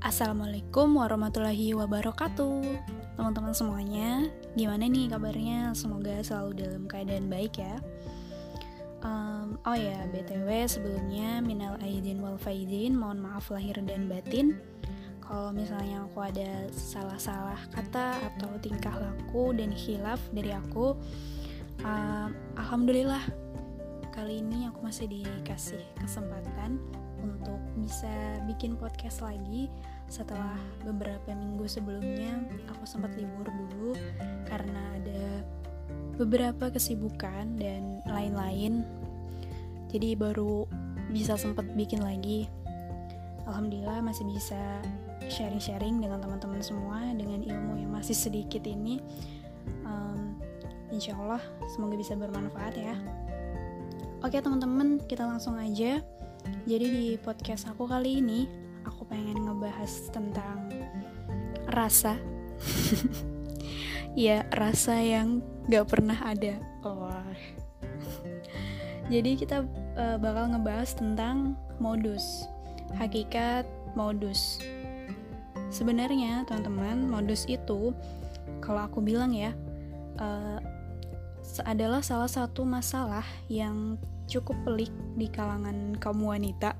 Assalamualaikum warahmatullahi wabarakatuh. Teman-teman semuanya, gimana nih kabarnya? Semoga selalu dalam keadaan baik ya. Oh ya, BTW sebelumnya minal aidin wal faidin, mohon maaf lahir dan batin kalau misalnya aku ada salah-salah kata atau tingkah laku dan khilaf dari aku. Alhamdulillah kali ini aku masih dikasih kesempatan untuk bisa bikin podcast lagi setelah beberapa minggu sebelumnya aku sempat libur dulu karena ada beberapa kesibukan dan lain-lain, jadi baru bisa sempat bikin lagi. Alhamdulillah masih bisa sharing-sharing dengan teman-teman semua dengan ilmu yang masih sedikit ini. Insya Allah semoga bisa bermanfaat ya. Oke teman-teman, kita langsung aja. Jadi di podcast aku kali ini, aku pengen ngebahas tentang rasa. Ya, rasa yang gak pernah ada. Jadi kita bakal ngebahas tentang modus, hakikat modus. Sebenarnya teman-teman, modus itu kalau aku bilang ya, adalah salah satu masalah yang cukup pelik di kalangan kaum wanita.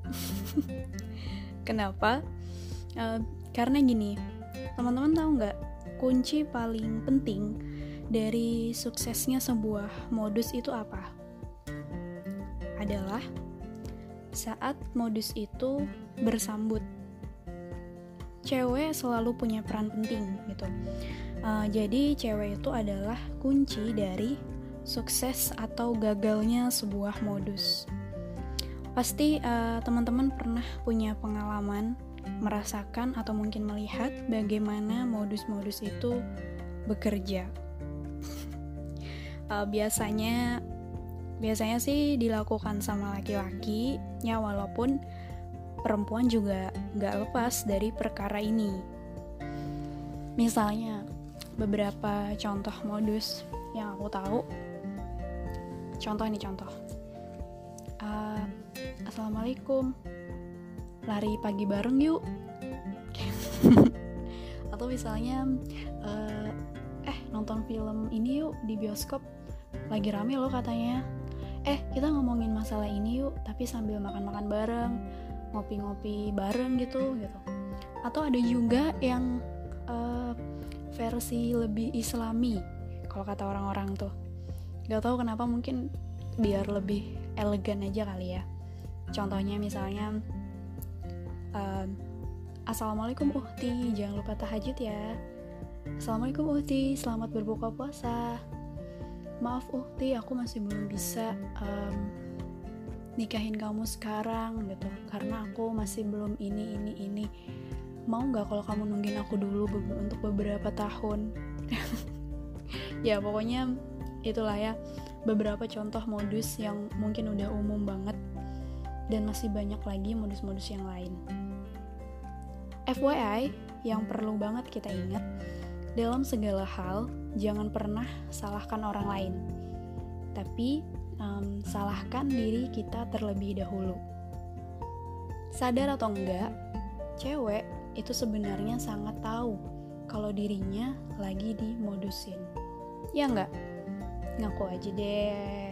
Kenapa? Karena gini, teman-teman tahu nggak, kunci paling penting dari suksesnya sebuah modus itu apa? Adalah saat modus itu bersambut. Cewek selalu punya peran penting gitu. Jadi cewek itu adalah kunci dari sukses atau gagalnya sebuah modus. Pasti teman-teman pernah punya pengalaman merasakan atau mungkin melihat bagaimana modus-modus itu bekerja. Biasanya sih dilakukan sama laki-laki ya, walaupun perempuan juga gak lepas dari perkara ini. Misalnya beberapa contoh modus yang aku tahu. Contoh. Assalamualaikum, lari pagi bareng yuk. Atau misalnya nonton film ini yuk di bioskop, lagi rame loh katanya. Kita ngomongin masalah ini yuk, tapi sambil makan-makan bareng, ngopi-ngopi bareng gitu. Atau ada juga yang versi lebih islami kalau kata orang-orang tuh. Gak tahu kenapa, mungkin biar lebih elegan aja kali ya. Contohnya misalnya Assalamualaikum Uhti, jangan lupa tahajud ya. Assalamualaikum Uhti, selamat berbuka puasa. Maaf Uhti, aku masih belum bisa nikahin kamu sekarang gitu, karena aku masih belum ini. Mau gak kalau kamu nungguin aku dulu untuk beberapa tahun? Ya pokoknya itulah ya, beberapa contoh modus yang mungkin udah umum banget, dan masih banyak lagi modus-modus yang lain. FYI, yang perlu banget kita ingat, dalam segala hal jangan pernah salahkan orang lain, tapi salahkan diri kita terlebih dahulu. Sadar atau enggak, cewek itu sebenarnya sangat tahu kalau dirinya lagi dimodusin. Ya enggak? Ngaku aja deh.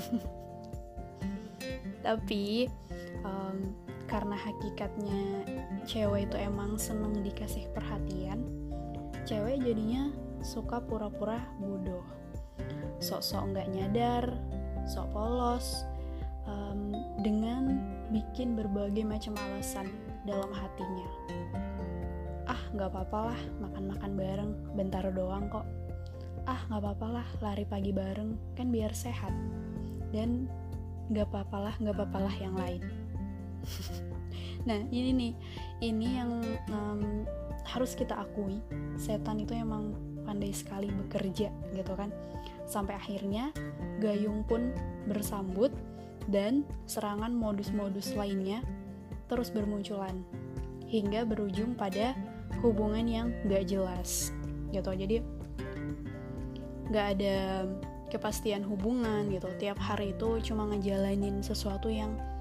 Tapi karena hakikatnya cewek itu emang seneng dikasih perhatian, cewek jadinya suka pura-pura bodoh, sok-sok nggak nyadar, sok polos, dengan bikin berbagai macam alasan dalam hatinya. Nggak apa-apa lah makan-makan bareng, bentar doang kok. Nggak apa-apa lah lari pagi bareng, kan biar sehat. Dan nggak apa-apa lah yang lain. Nah ini yang harus kita akui, setan itu emang pandai sekali bekerja gitu kan. Sampai akhirnya gayung pun bersambut dan serangan modus-modus lainnya terus bermunculan hingga berujung pada hubungan yang gak jelas gitu. Jadi gak ada kepastian hubungan gitu. Tiap hari itu cuma ngejalanin sesuatu yang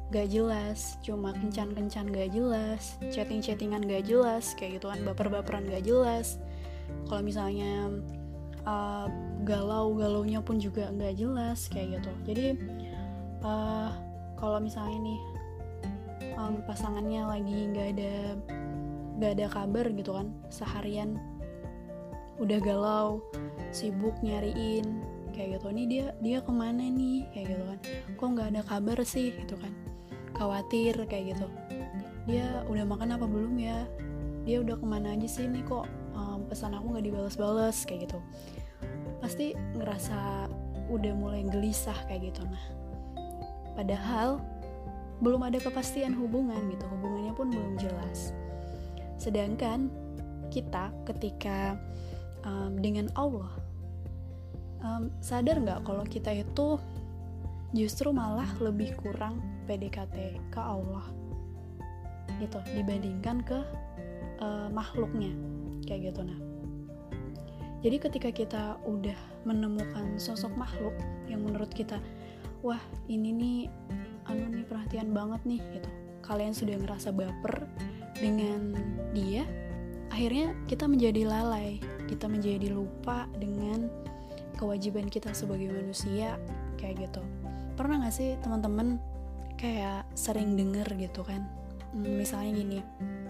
gak jelas, cuma kencan-kencan gak jelas, chatting-chattingan gak jelas, kayak gitu kan, baper-baperan gak jelas. Kalau misalnya galau-galaunya pun juga gak jelas, kayak gitu. Jadi kalau misalnya nih pasangannya lagi gak ada kabar gitu kan, seharian udah galau, sibuk nyariin kayak gitu, nih dia kemana nih, kayak gitu kan, kok nggak ada kabar sih gitu kan, khawatir kayak gitu, dia udah makan apa belum ya, dia udah kemana aja sih nih, kok pesan aku nggak dibalas-balas, kayak gitu, pasti ngerasa udah mulai gelisah kayak gitu. Nah, padahal belum ada kepastian hubungan gitu, hubungannya pun belum jelas. Sedangkan kita ketika dengan Allah, sadar nggak kalau kita itu justru malah lebih kurang PDKT ke Allah gitu dibandingkan ke makhluknya kayak gitu. Nah, jadi ketika kita udah menemukan sosok makhluk yang menurut kita, wah ini nih nih perhatian banget nih gitu, kalian sudah ngerasa baper dengan dia, akhirnya kita menjadi lalai, kita menjadi lupa dengan kewajiban kita sebagai manusia kayak gitu. Pernah gak sih teman-teman kayak sering denger gitu kan, misalnya gini,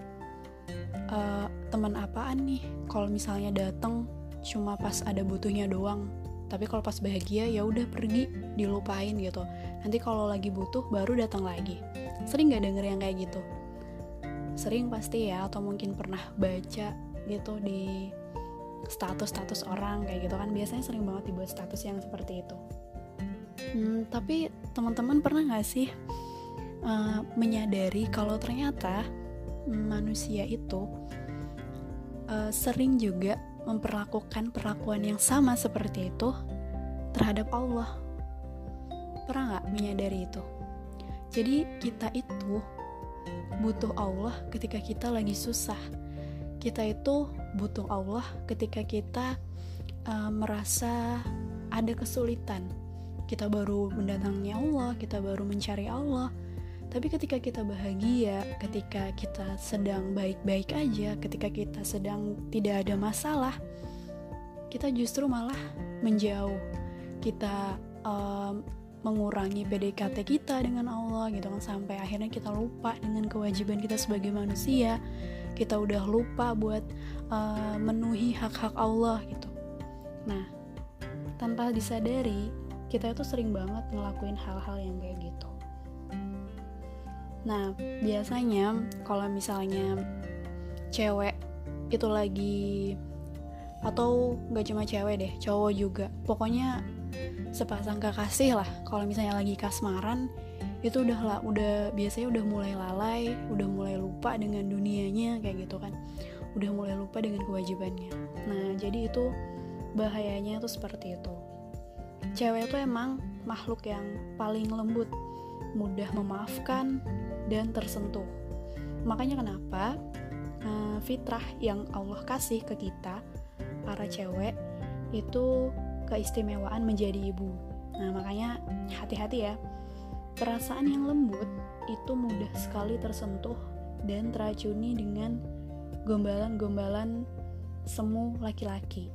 teman apaan nih kalau misalnya datang cuma pas ada butuhnya doang, tapi kalau pas bahagia ya udah pergi, dilupain gitu, nanti kalau lagi butuh baru datang lagi. Sering gak denger yang kayak gitu? Sering pasti ya, atau mungkin pernah baca gitu di status orang kayak gitu kan, biasanya sering banget dibuat status yang seperti itu. Tapi teman-teman pernah gak sih menyadari kalau ternyata manusia itu sering juga memperlakukan perlakuan yang sama seperti itu terhadap Allah? Pernah gak menyadari itu? Jadi kita itu butuh Allah ketika kita lagi susah. Kita itu butuh Allah ketika kita merasa ada kesulitan. Kita baru mendatangi Allah, kita baru mencari Allah. Tapi ketika kita bahagia, ketika kita sedang baik-baik aja, ketika kita sedang tidak ada masalah, kita justru malah menjauh. Kita mengurangi PDKT kita dengan Allah gitu kan, sampai akhirnya kita lupa dengan kewajiban kita sebagai manusia. Kita udah lupa buat memenuhi hak-hak Allah gitu. Nah, tanpa disadari, kita itu sering banget ngelakuin hal-hal yang kayak gitu. Nah, biasanya kalau misalnya cewek itu lagi, atau gak cuma cewek deh, cowok juga, pokoknya sepasang kekasih lah, kalau misalnya lagi kasmaran, itu udah biasanya udah mulai lalai, udah mulai lupa dengan dunianya kayak gitu kan, udah mulai lupa dengan kewajibannya. Nah, jadi itu bahayanya tuh seperti itu. Cewek itu emang makhluk yang paling lembut, mudah memaafkan dan tersentuh. Makanya kenapa fitrah yang Allah kasih ke kita para cewek itu keistimewaan menjadi ibu. Nah, makanya hati-hati ya. Perasaan yang lembut itu mudah sekali tersentuh dan teracuni dengan gombalan-gombalan semu laki-laki.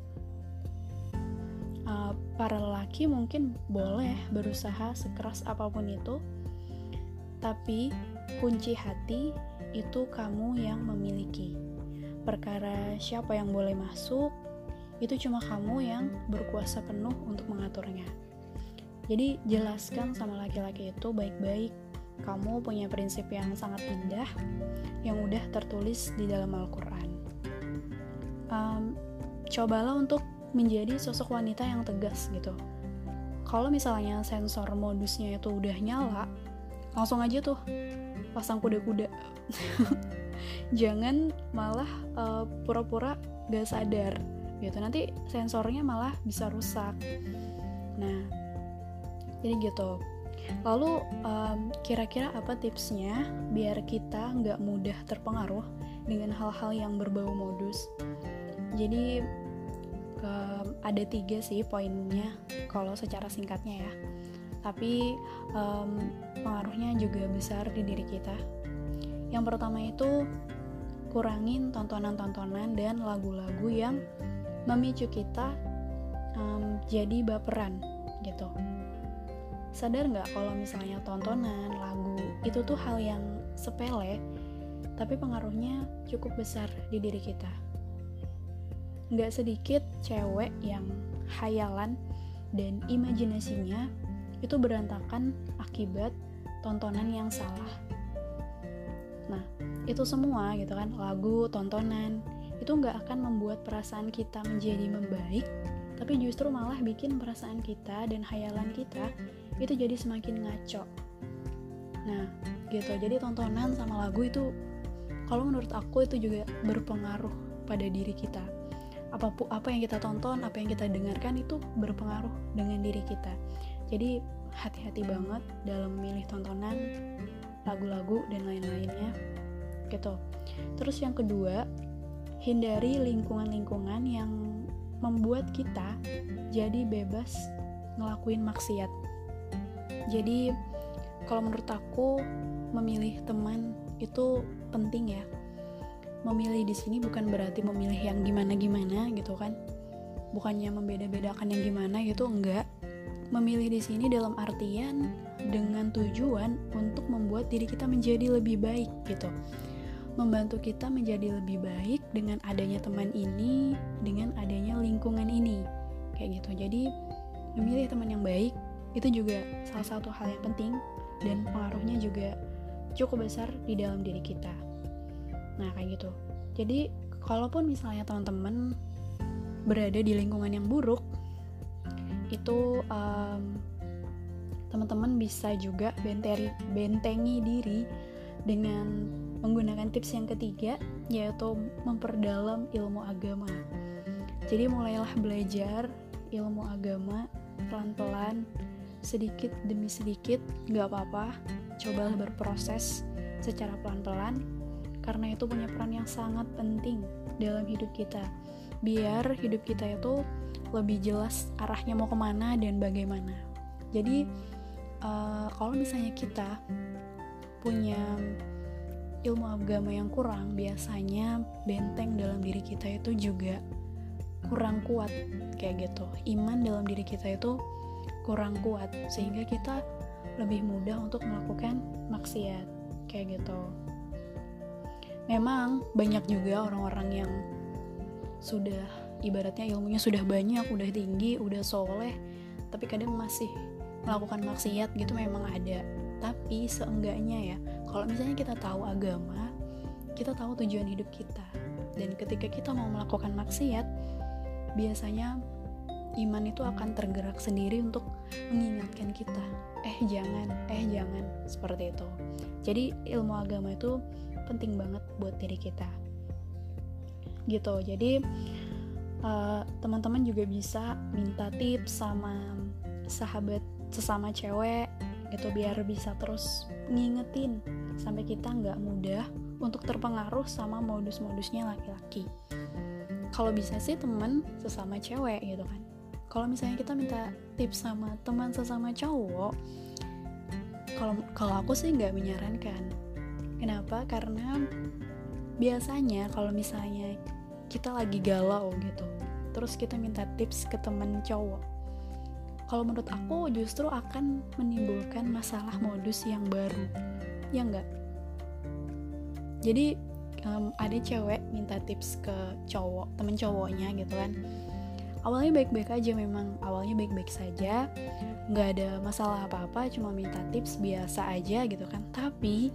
Para lelaki mungkin boleh berusaha sekeras apapun itu, tapi kunci hati itu kamu yang memiliki. Perkara siapa yang boleh masuk, itu cuma kamu yang berkuasa penuh untuk mengaturnya. Jadi jelaskan sama laki-laki itu baik-baik, kamu punya prinsip yang sangat indah yang udah tertulis di dalam Al-Quran. Cobalah untuk menjadi sosok wanita yang tegas gitu. Kalau misalnya sensor modusnya itu udah nyala, langsung aja tuh pasang kuda-kuda. Jangan malah pura-pura gak sadar gitu, nanti sensornya malah bisa rusak. Nah, jadi gitu. Lalu kira-kira apa tipsnya biar kita gak mudah terpengaruh dengan hal-hal yang berbau modus? Jadi ada 3 sih poinnya kalau secara singkatnya ya. tapi pengaruhnya juga besar di diri kita. Yang pertama itu kurangin tontonan-tontonan dan lagu-lagu yang memicu kita jadi baperan gitu. Sadar nggak kalau misalnya tontonan, lagu itu tuh hal yang sepele, tapi pengaruhnya cukup besar di diri kita. Nggak sedikit cewek yang hayalan dan imajinasinya itu berantakan akibat tontonan yang salah. Nah, itu semua gitu kan, lagu, tontonan, itu nggak akan membuat perasaan kita menjadi membaik, tapi justru malah bikin perasaan kita dan hayalan kita itu jadi semakin ngaco. Nah, gitu. Jadi tontonan sama lagu itu, kalau menurut aku itu juga berpengaruh pada diri kita. Apa yang kita tonton, apa yang kita dengarkan itu berpengaruh dengan diri kita. Jadi hati-hati banget dalam memilih tontonan, lagu-lagu dan lain-lainnya gitu. Terus yang kedua, hindari lingkungan-lingkungan yang membuat kita jadi bebas ngelakuin maksiat. Jadi kalau menurut aku memilih teman itu penting ya. Memilih di sini bukan berarti memilih yang gimana-gimana gitu kan. Bukannya membeda-bedakan yang gimana gitu, enggak. Memilih di sini dalam artian dengan tujuan untuk membuat diri kita menjadi lebih baik gitu. Membantu kita menjadi lebih baik dengan adanya teman ini, dengan adanya lingkungan ini. Kayak gitu. Jadi memilih teman yang baik itu juga salah satu hal yang penting dan pengaruhnya juga cukup besar di dalam diri kita. Nah, kayak gitu. Jadi, kalaupun misalnya teman-teman berada di lingkungan yang buruk, itu teman-teman bisa juga bentengi diri dengan menggunakan tips yang ketiga, yaitu memperdalam ilmu agama. Jadi mulailah belajar ilmu agama pelan-pelan, sedikit demi sedikit, gak apa-apa. Cobalah berproses secara pelan-pelan, karena itu punya peran yang sangat penting dalam hidup kita. Biar hidup kita itu lebih jelas arahnya mau kemana dan bagaimana. Jadi kalau misalnya kita punya ilmu agama yang kurang, biasanya benteng dalam diri kita itu juga kurang kuat kayak gitu. Iman dalam diri kita itu kurang kuat, sehingga kita lebih mudah untuk melakukan maksiat kayak gitu. Memang banyak juga orang-orang yang sudah ibaratnya ilmunya sudah banyak, udah tinggi, udah soleh, tapi kadang masih melakukan maksiat gitu, memang ada. Tapi seenggaknya ya, kalau misalnya kita tahu agama, kita tahu tujuan hidup kita, dan ketika kita mau melakukan maksiat, biasanya iman itu akan tergerak sendiri untuk mengingatkan kita, jangan, seperti itu. Jadi ilmu agama itu penting banget buat diri kita gitu. Jadi teman-teman juga bisa minta tips sama sahabat sesama cewek gitu, biar bisa terus ngingetin sampai kita nggak mudah untuk terpengaruh sama modus-modusnya laki-laki. Kalau bisa sih teman sesama cewek gitu kan. Kalau misalnya kita minta tips sama teman sesama cowok, kalau aku sih nggak menyarankan. Kenapa? Karena biasanya kalau misalnya kita lagi galau gitu, terus kita minta tips ke teman cowok, kalau menurut aku justru akan menimbulkan masalah modus yang baru, ya enggak? Jadi ada cewek minta tips ke cowok, temen cowoknya gitu kan. Awalnya baik-baik aja, memang awalnya baik-baik saja, nggak ada masalah apa-apa, cuma minta tips biasa aja gitu kan. Tapi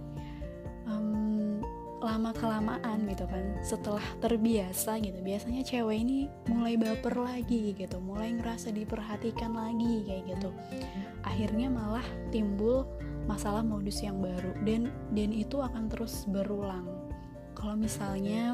lama-kelamaan gitu kan, setelah terbiasa gitu, biasanya cewek ini mulai baper lagi gitu, mulai ngerasa diperhatikan lagi kayak gitu. Akhirnya malah timbul masalah modus yang baru, dan itu akan terus berulang. Kalau misalnya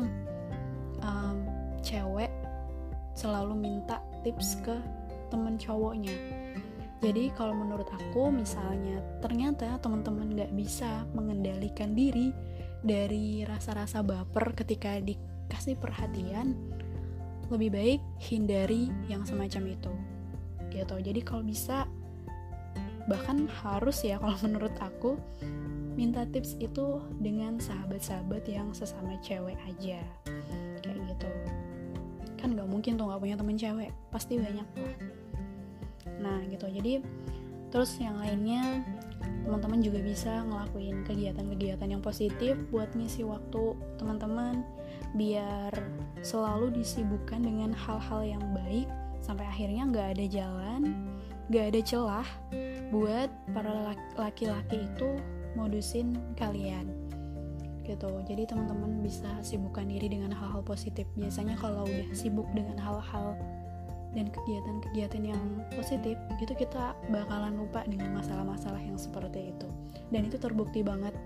cewek selalu minta tips ke temen cowoknya. Jadi kalau menurut aku, misalnya ternyata teman-teman gak bisa mengendalikan diri dari rasa-rasa baper ketika dikasih perhatian, lebih baik hindari yang semacam itu gitu. Jadi kalau bisa bahkan harus ya kalau menurut aku minta tips itu dengan sahabat-sahabat yang sesama cewek aja, kayak gitu. Kan nggak mungkin tuh nggak punya temen cewek, pasti banyak lah. Nah gitu, jadi terus yang lainnya teman-teman juga bisa ngelakuin kegiatan-kegiatan yang positif buat ngisi waktu teman-teman, biar selalu disibukkan dengan hal-hal yang baik sampai akhirnya nggak ada jalan, nggak ada celah buat para laki-laki itu modusin kalian gitu. Jadi teman-teman bisa sibukkan diri dengan hal-hal positif. Biasanya kalau udah sibuk dengan hal-hal dan kegiatan-kegiatan yang positif, itu kita bakalan lupa dengan masalah-masalah yang seperti itu. Dan itu terbukti banget.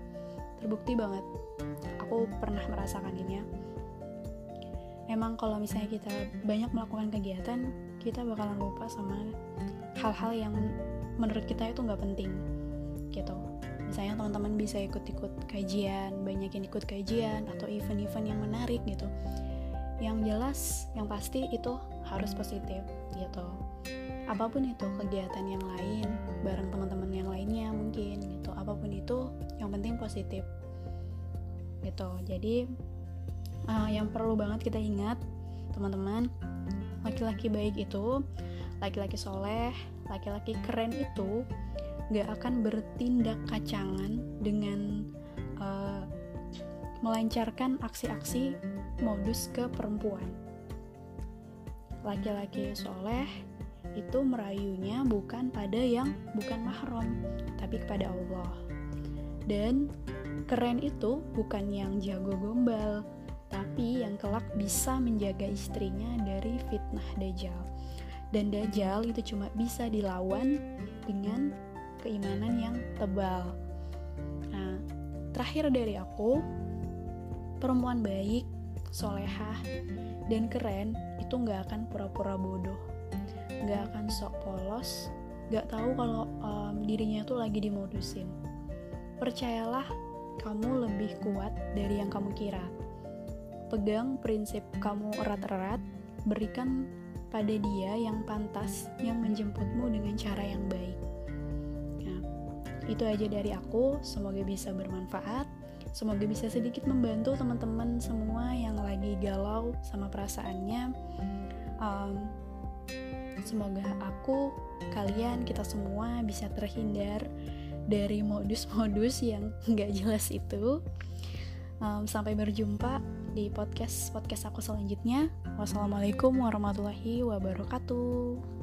Aku pernah merasakan ini ya. Emang kalau misalnya kita banyak melakukan kegiatan, kita bakalan lupa sama hal-hal yang menurut kita itu nggak penting gitu. Misalnya teman-teman bisa ikut-ikut kajian, banyakin ikut kajian atau event-event yang menarik gitu. Yang jelas, yang pasti itu harus positif gitu. Apapun itu kegiatan yang lain, bareng teman-teman yang lainnya mungkin gitu. Apapun itu, yang penting positif gitu. Jadi yang perlu banget kita ingat teman-teman, laki-laki baik itu, laki-laki soleh, laki-laki keren itu gak akan bertindak kacangan dengan melancarkan aksi-aksi modus ke perempuan. Laki-laki soleh itu merayunya bukan pada yang bukan mahram, tapi kepada Allah. Dan keren itu bukan yang jago gombal, tapi yang kelak bisa menjaga istrinya dari fitnah Dajjal. Dan Dajjal itu cuma bisa dilawan dengan keimanan yang tebal. Nah, terakhir dari aku, perempuan baik, solehah, dan keren itu gak akan pura-pura bodoh, gak akan sok polos, gak tahu kalau dirinya tuh lagi dimodusin. Percayalah, kamu lebih kuat dari yang kamu kira. Pegang prinsip kamu erat-erat, berikan pada dia yang pantas, yang menjemputmu dengan cara yang baik. Itu aja dari aku, semoga bisa bermanfaat, semoga bisa sedikit membantu teman-teman semua yang lagi galau sama perasaannya. Semoga aku, kalian, kita semua bisa terhindar dari modus-modus yang gak jelas itu. Sampai berjumpa di podcast aku selanjutnya. Wassalamualaikum warahmatullahi wabarakatuh.